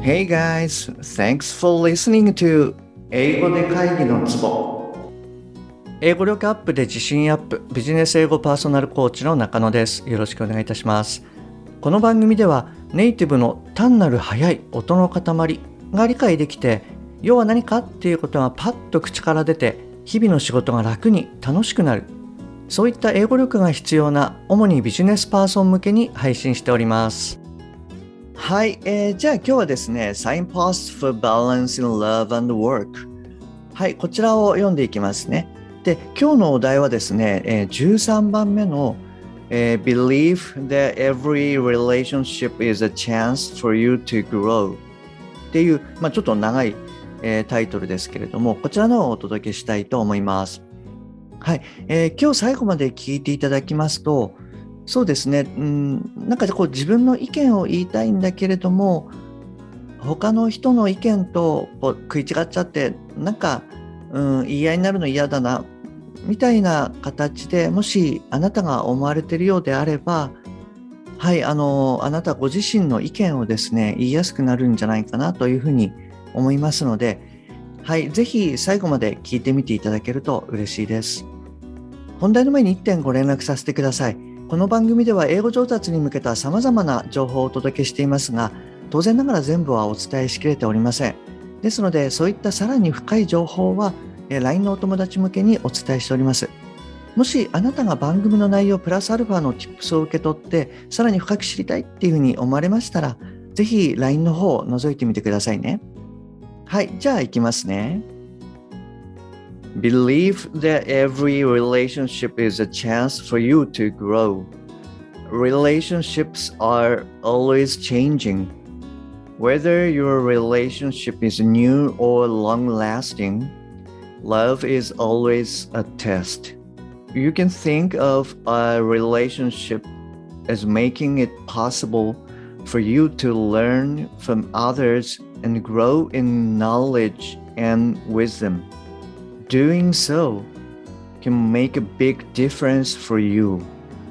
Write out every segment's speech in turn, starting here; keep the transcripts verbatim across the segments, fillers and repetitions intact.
Hey guys, thanks for listening to 英語で会議のツボ。英語力アップで自信アップ、ビジネス英語パーソナルコーチの中野です。よろしくお願いいたします。この番組ではネイティブの単なる速い音の塊が理解できて、要は何かっていうことがパッと口から出て、日々の仕事が楽に楽しくなる。そういった英語力が必要な主にビジネスパーソン向けに配信しております。はい、えー、じゃあ今日はですね Signpost for Balance in Love and Work、 はい、こちらを読んでいきますね。で、今日のお題はですね、えー、じゅうさんばんめの、えー、Believe that every relationship is a chance for you to grow っていう、まあ、ちょっと長い、えー、タイトルですけれども、こちらのをお届けしたいと思います。はい、えー、今日最後まで聞いていただきますと、そうですね、うん、なんかこう自分の意見を言いたいんだけれども、他の人の意見とこう食い違っちゃって、なんか、うん、言い合いになるの嫌だなみたいな形で、もしあなたが思われているようであれば、はい、あのあなたご自身の意見をですね言いやすくなるんじゃないかなというふうに思いますので、はい、ぜひ最後まで聞いてみていただけると嬉しいです。本題の前にいってんご連絡させてください。この番組では英語上達に向けた様々な情報をお届けしていますが、当然ながら全部はお伝えしきれておりません。ですので、そういったさらに深い情報は ライン のお友達向けにお伝えしております。もしあなたが番組の内容プラスアルファの Tips を受け取ってさらに深く知りたいっていうふうに思われましたら、ぜひ ライン の方を覗いてみてくださいね。はい、じゃあ行きますね。Believe that every relationship is a chance for you to grow. Relationships are always changing. Whether your relationship is new or long-lasting, love is always a test. You can think of a relationship as making it possible for you to learn from others and grow in knowledge and wisdom.Doing so can make a big difference for you.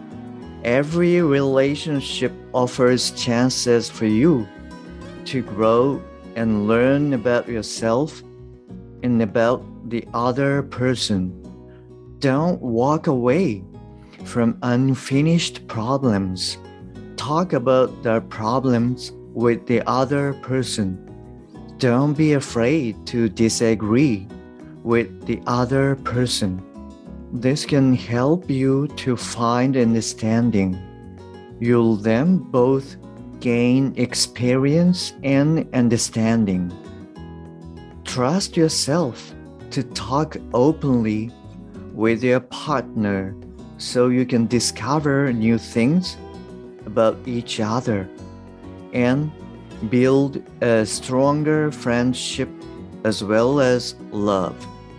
Every relationship offers chances for you to grow and learn about yourself and about the other person. Don't walk away from unfinished problems. Talk about the problems with the other person. Don't be afraid to disagree.with the other person. This can help you to find understanding. You'll then both gain experience and understanding. Trust yourself to talk openly with your partner so you can discover new things about each other and build a stronger friendship.as well as love.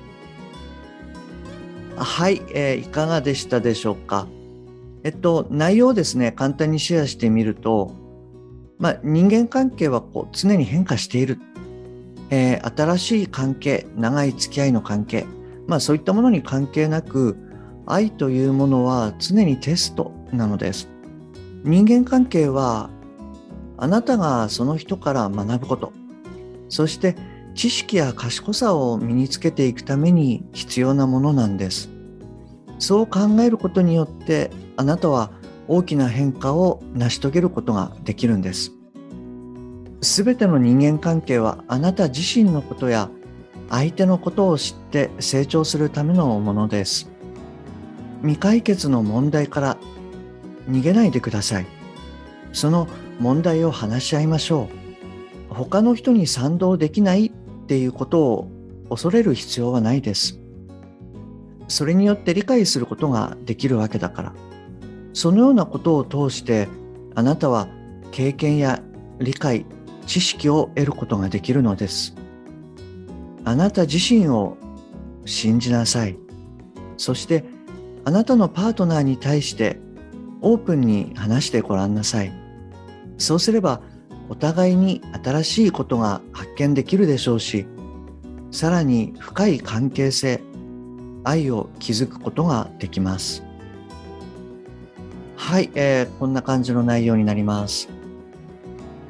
はい、えー、いかがでしたでしょうか。えっと内容をですね簡単にシェアしてみると、まあ、人間関係はこう常に変化している、えー、新しい関係、長い付き合いの関係、まあそういったものに関係なく、愛というものは常にテストなのです。人間関係はあなたがその人から学ぶこと、そして知識や賢さを身につけていくために必要なものなんです。そう考えることによってあなたは大きな変化を成し遂げることができるんです。すべての人間関係はあなた自身のことや相手のことを知って成長するためのものです。未解決の問題から逃げないでください。その問題を話し合いましょう。他の人に賛同できないっていうことを恐れる必要はないです。それによって理解することができるわけだから。そのようなことを通してあなたは経験や理解、知識を得ることができるのです。あなた自身を信じなさい。そしてあなたのパートナーに対してオープンに話してごらんなさい。そうすればお互いに新しいことが発見できるでしょうし、さらに深い関係性、愛を築くことができます。はい、えー、こんな感じの内容になります。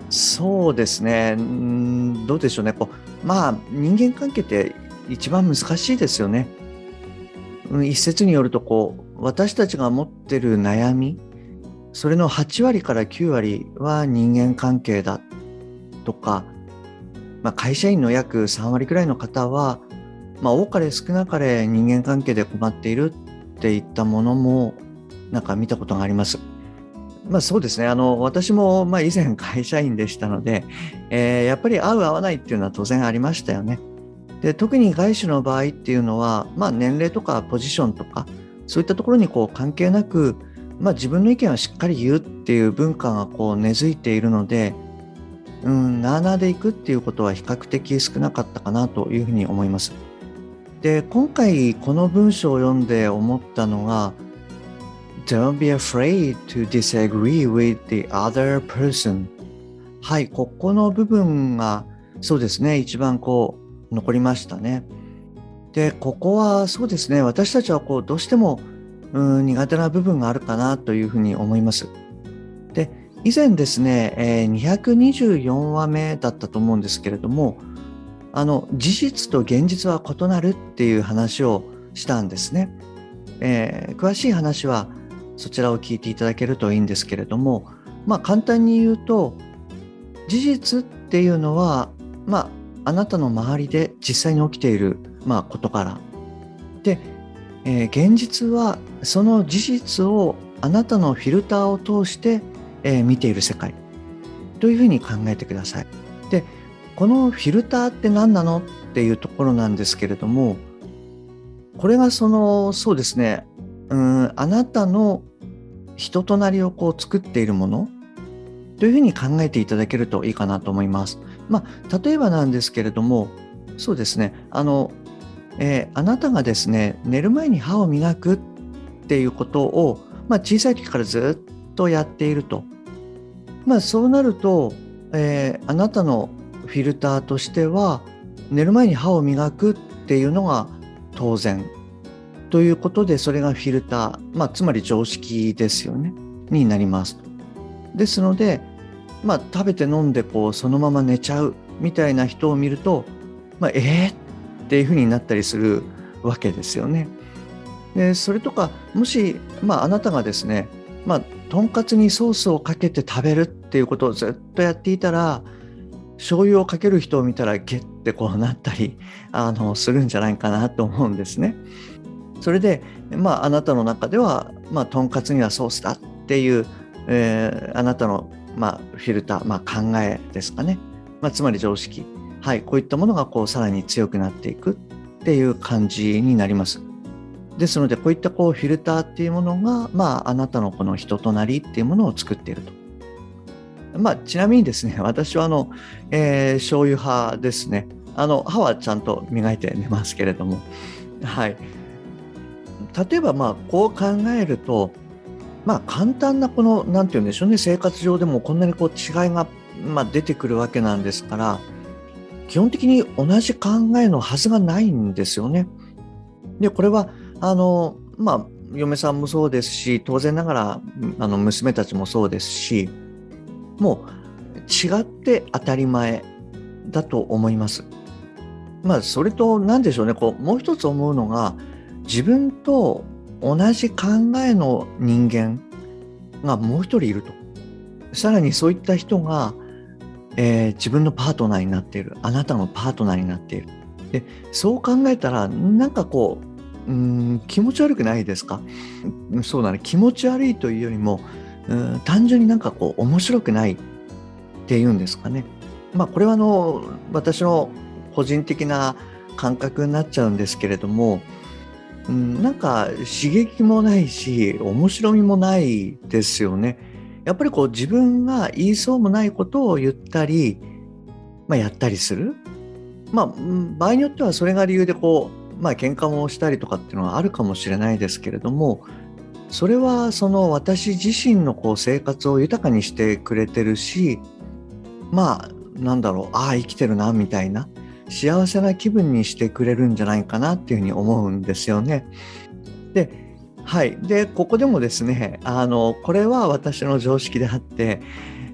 そうですね。うーん、どうでしょうね。こう、まあ、人間関係って一番難しいですよね。うん、一説によると、こう、私たちが持ってる悩み、それのはち割からきゅう割は人間関係だとか、まあ、会社員の約さん割くらいの方は、まあ、多かれ少なかれ人間関係で困っているっていったものも、なんか見たことがあります。まあ、そうですね。あの、私も、まあ、以前会社員でしたので、えーやっぱり合う合わないっていうのは当然ありましたよね。で、特に外資の場合っていうのは、まあ、年齢とかポジションとか、そういったところにこう関係なく、まあ、自分の意見はしっかり言うっていう文化がこう根付いているので、うん、なあなあでいくっていうことは比較的少なかったかなというふうに思います。で、今回この文章を読んで思ったのが、Don't be afraid to disagree with the other person. はい、ここの部分がそうですね、一番こう残りましたね。で、ここはそうですね、私たちはこうどうしてもうん苦手な部分があるかなというふうに思います。で、以前ですね、えーにひゃくにじゅうよんわめだったと思うんですけれども、あの事実と現実は異なるっていう話をしたんですね。えー詳しい話はそちらを聞いていただけるといいんですけれども、まあ簡単に言うと、事実っていうのは、まああなたの周りで実際に起きている、まあ、事柄で、えー現実はその事実をあなたのフィルターを通して、えー見ている世界というふうに考えてください。で、このフィルターって何なのっていうところなんですけれども、これがそのそうですね、うーんあなたの人となりをこう作っているものというふうに考えていただけるといいかなと思います。まあ、例えばなんですけれども、そうですね、あの、えーあなたがですね、寝る前に歯を磨くっていうことを、まあ、小さい時からずっとやっていると。まあ、そうなると、えーあなたのフィルターとしては、寝る前に歯を磨くっていうのが当然ということで、それがフィルター、まあ、つまり常識ですよね、になります。ですので、まあ、食べて飲んでこうそのまま寝ちゃうみたいな人を見ると、まあ、えーっていうふうになったりするわけですよね。で、それとか、もし、まあ、あなたがですね、まあ、とんかつにソースをかけて食べるっていうことをずっとやっていたら、醤油をかける人を見たらゲッてこうなったりあのするんじゃないかなと思うんですね。それで、まあ、あなたの中では、まあ、とんかつにはソースだっていう、えーあなたの、まあ、フィルター、まあ、考えですかね。まあ、つまり常識。はい、こういったものがこうさらに強くなっていくっていう感じになります。ですので、こういったこうフィルターっていうものが、まあ、あなたのこの人となりっていうものを作っていると。まあ、ちなみにですね、私はあの、えー醤油派ですね。あの、歯はちゃんと磨いて寝ますけれども。はい。例えばまあこう考えると、まあ簡単なこのなんて言うんでしょうね、生活上でもこんなにこう違いがまあ出てくるわけなんですから、基本的に同じ考えのはずがないんですよね。で、これはあのまあ嫁さんもそうですし、当然ながらあの娘たちもそうですし、もう違って当たり前だと思います。まあそれと何でしょうね、こうもう一つ思うのが、自分と同じ考えの人間がもう一人いると。さらにそういった人が、えー自分のパートナーになっている。あなたのパートナーになっている。で、そう考えたら、なんかこう、うーん、気持ち悪くないですか？うんそうだね。気持ち悪いというよりも、うーん単純になんかこう、面白くないっていうんですかね。まあ、これはあの、私の個人的な感覚になっちゃうんですけれども、うん、なんか刺激もないし、面白みもないですよね。やっぱりこう自分が言いそうもないことを言ったり、まあ、やったりする。まあ、うん場合によってはそれが理由でこう、まあ、喧嘩もしたりとかっていうのはあるかもしれないですけれども、それはその私自身のこう生活を豊かにしてくれてるし、まあ、なんだろう、ああ、生きてるな、みたいな、幸せな気分にしてくれるんじゃないかなっていうふうに思うんですよね。で、はい。で、ここでもですね、あの、これは私の常識であって、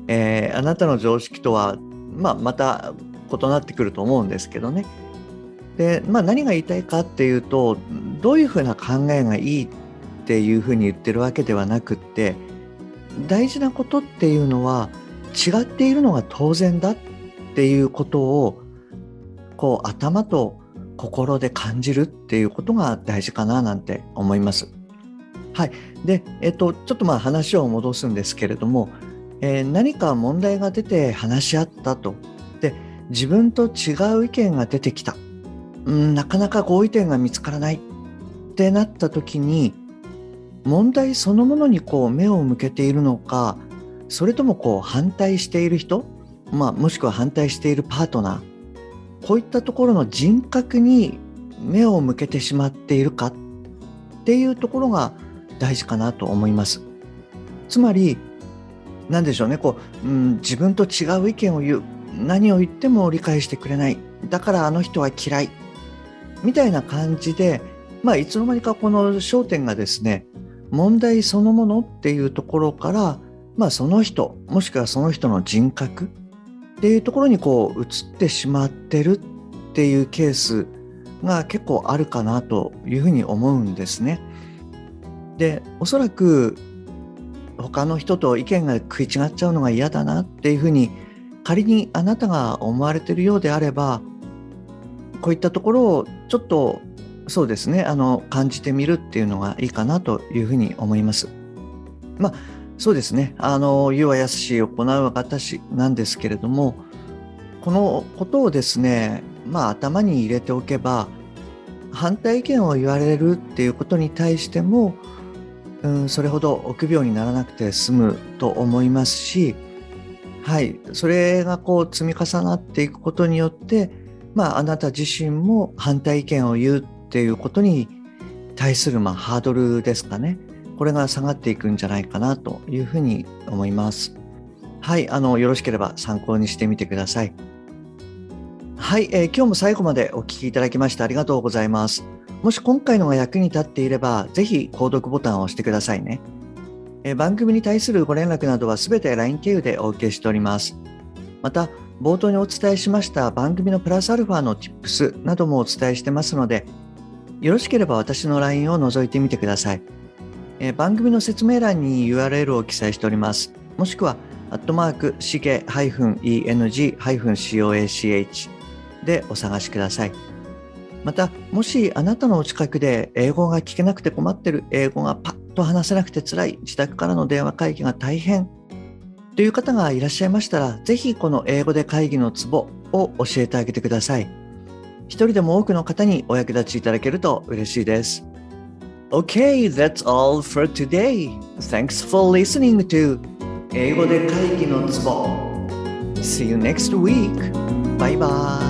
えー、あなたの常識とは、まあ、また異なってくると思うんですけどね。で、まあ、何が言いたいかっていうと、どういうふうな考えがいいっていうふうに言ってるわけではなくって、大事なことっていうのは違っているのが当然だっていうことをこう頭と心で感じるっていうことが大事かななんて思います。はい。で、えっと、ちょっとまあ話を戻すんですけれども、えー何か問題が出て話し合ったと。で、自分と違う意見が出てきた。うん、なかなか合意点が見つからないってなった時に、問題そのものにこう目を向けているのか、それともこう反対している人、まあ、もしくは反対しているパートナー、こういったところの人格に目を向けてしまっているかっていうところが大事かなと思います。つまり、なんでしょうね、こう、うん、自分と違う意見を言う、何を言っても理解してくれない、だからあの人は嫌い、みたいな感じで、まあ、いつの間にかこの焦点がですね、問題そのものっていうところから、まあ、その人、もしくはその人の人格っていうところにこう移ってしまってるっていうケースが結構あるかなというふうに思うんですね。で、おそらく他の人と意見が食い違っちゃうのが嫌だなっていうふうに仮にあなたが思われているようであれば、こういったところをちょっとそうですね、あの感じてみるっていうのがいいかなというふうに思います。まあそうですね、あの言うは易し行うは難しなんですけれども、このことをですね、まあ頭に入れておけば、反対意見を言われるっていうことに対しても、うん、それほど臆病にならなくて済むと思いますし、はい、それがこう積み重なっていくことによって、まあ、あなた自身も反対意見を言うっていうことに対するまあハードルですかね。これが下がっていくんじゃないかなというふうに思います。はい、あの、よろしければ参考にしてみてください。はい、えー今日も最後までお聞きいただきましてありがとうございます。もし今回のが役に立っていれば、ぜひ購読ボタンを押してくださいね。えー番組に対するご連絡などはすべて ライン 経由でお受けしております。また、冒頭にお伝えしました番組のプラスアルファの Tips などもお伝えしてますので、よろしければ私の ライン を覗いてみてください。えー番組の説明欄に ユーアールエル を記載しております。もしくは、アットマーク、しげ -エヌジー コーチ でお探しください。また、もしあなたのお近くで英語が聞けなくて困っている、英語がパッと話せなくて辛い、自宅からの電話会議が大変という方がいらっしゃいましたら、ぜひこの英語で会議のツボを教えてあげてください。一人でも多くの方にお役立ちいただけると嬉しいです。Okay, that's all for today. Thanks for listening to 英語で会議のツボ. See you next week. Bye bye.